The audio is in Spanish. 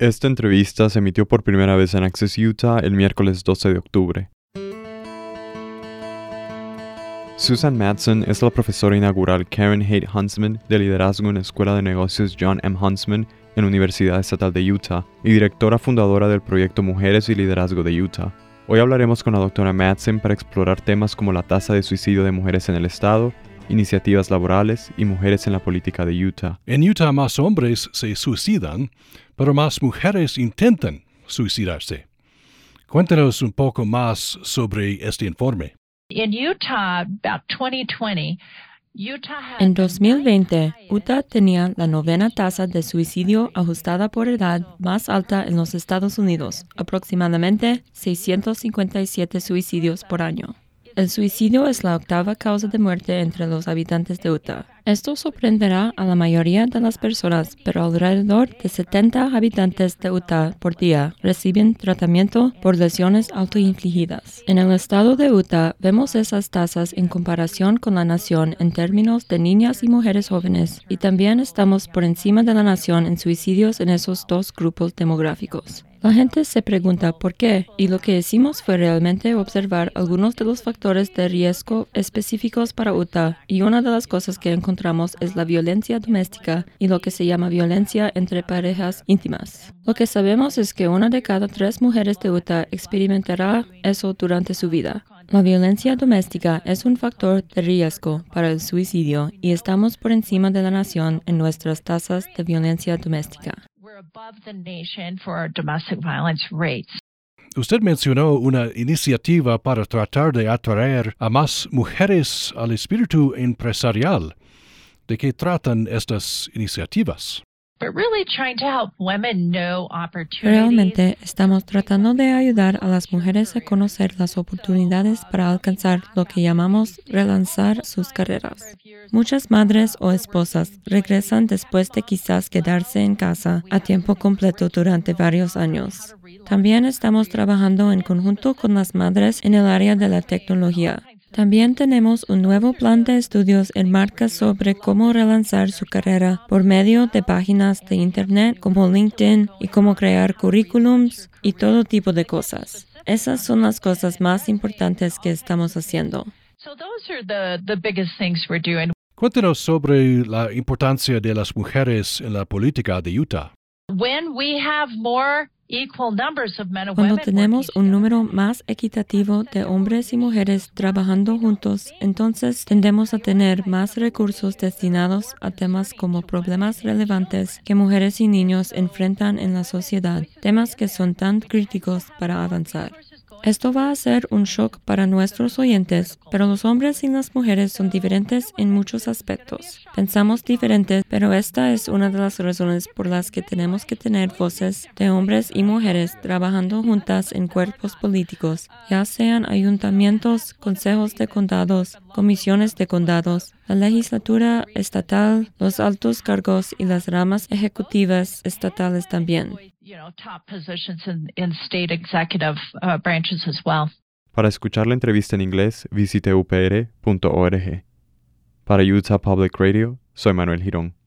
Esta entrevista se emitió por primera vez en Access Utah el miércoles 12 de octubre. Susan Madsen es la profesora inaugural Karen Haight Huntsman de liderazgo en la Escuela de Negocios John M. Huntsman en la Universidad Estatal de Utah y directora fundadora del proyecto Mujeres y Liderazgo de Utah. Hoy hablaremos con la doctora Madsen para explorar temas como la tasa de suicidio de mujeres en el estado, iniciativas laborales y mujeres en la política de Utah. En Utah más hombres se suicidan, pero más mujeres intentan suicidarse. Cuéntanos un poco más sobre este informe. En 2020, Utah tenía la novena tasa de suicidio ajustada por edad más alta en los Estados Unidos, aproximadamente 657 suicidios por año. El suicidio es la octava causa de muerte entre los habitantes de Utah. Esto sorprenderá a la mayoría de las personas, pero alrededor de 70 habitantes de Utah por día reciben tratamiento por lesiones autoinfligidas. En el estado de Utah vemos esas tasas en comparación con la nación en términos de niñas y mujeres jóvenes, y también estamos por encima de la nación en suicidios en esos dos grupos demográficos. La gente se pregunta por qué, y lo que hicimos fue realmente observar algunos de los factores de riesgo específicos para Utah, y una de las cosas que encontramos es la violencia doméstica y lo que se llama violencia entre parejas íntimas. Lo que sabemos es que 1 de cada 3 mujeres de Utah experimentará eso durante su vida. La violencia doméstica es un factor de riesgo para el suicidio y estamos por encima de la nación en nuestras tasas de violencia doméstica. Usted mencionó una iniciativa para tratar de atraer a más mujeres al espíritu empresarial. ¿De qué tratan estas iniciativas? Realmente estamos tratando de ayudar a las mujeres a conocer las oportunidades para alcanzar lo que llamamos relanzar sus carreras. Muchas madres o esposas regresan después de quizás quedarse en casa a tiempo completo durante varios años. También estamos trabajando en conjunto con las madres en el área de la tecnología. También tenemos un nuevo plan de estudios en marca sobre cómo relanzar su carrera por medio de páginas de Internet como LinkedIn y cómo crear currículums y todo tipo de cosas. Esas son las cosas más importantes que estamos haciendo. Cuéntanos sobre la importancia de las mujeres en la política de Utah. Cuando tenemos un número más equitativo de hombres y mujeres trabajando juntos, entonces tendemos a tener más recursos destinados a temas como problemas relevantes que mujeres y niños enfrentan en la sociedad, temas que son tan críticos para avanzar. Esto va a ser un shock para nuestros oyentes, pero los hombres y las mujeres son diferentes en muchos aspectos. Pensamos diferentes, pero esta es una de las razones por las que tenemos que tener voces de hombres y mujeres trabajando juntas en cuerpos políticos, ya sean ayuntamientos, consejos de condados, comisiones de condados, la legislatura estatal, los altos cargos y las ramas ejecutivas estatales también. Para escuchar la entrevista en inglés, visite upr.org. Para Utah Public Radio, soy Manuel Girón.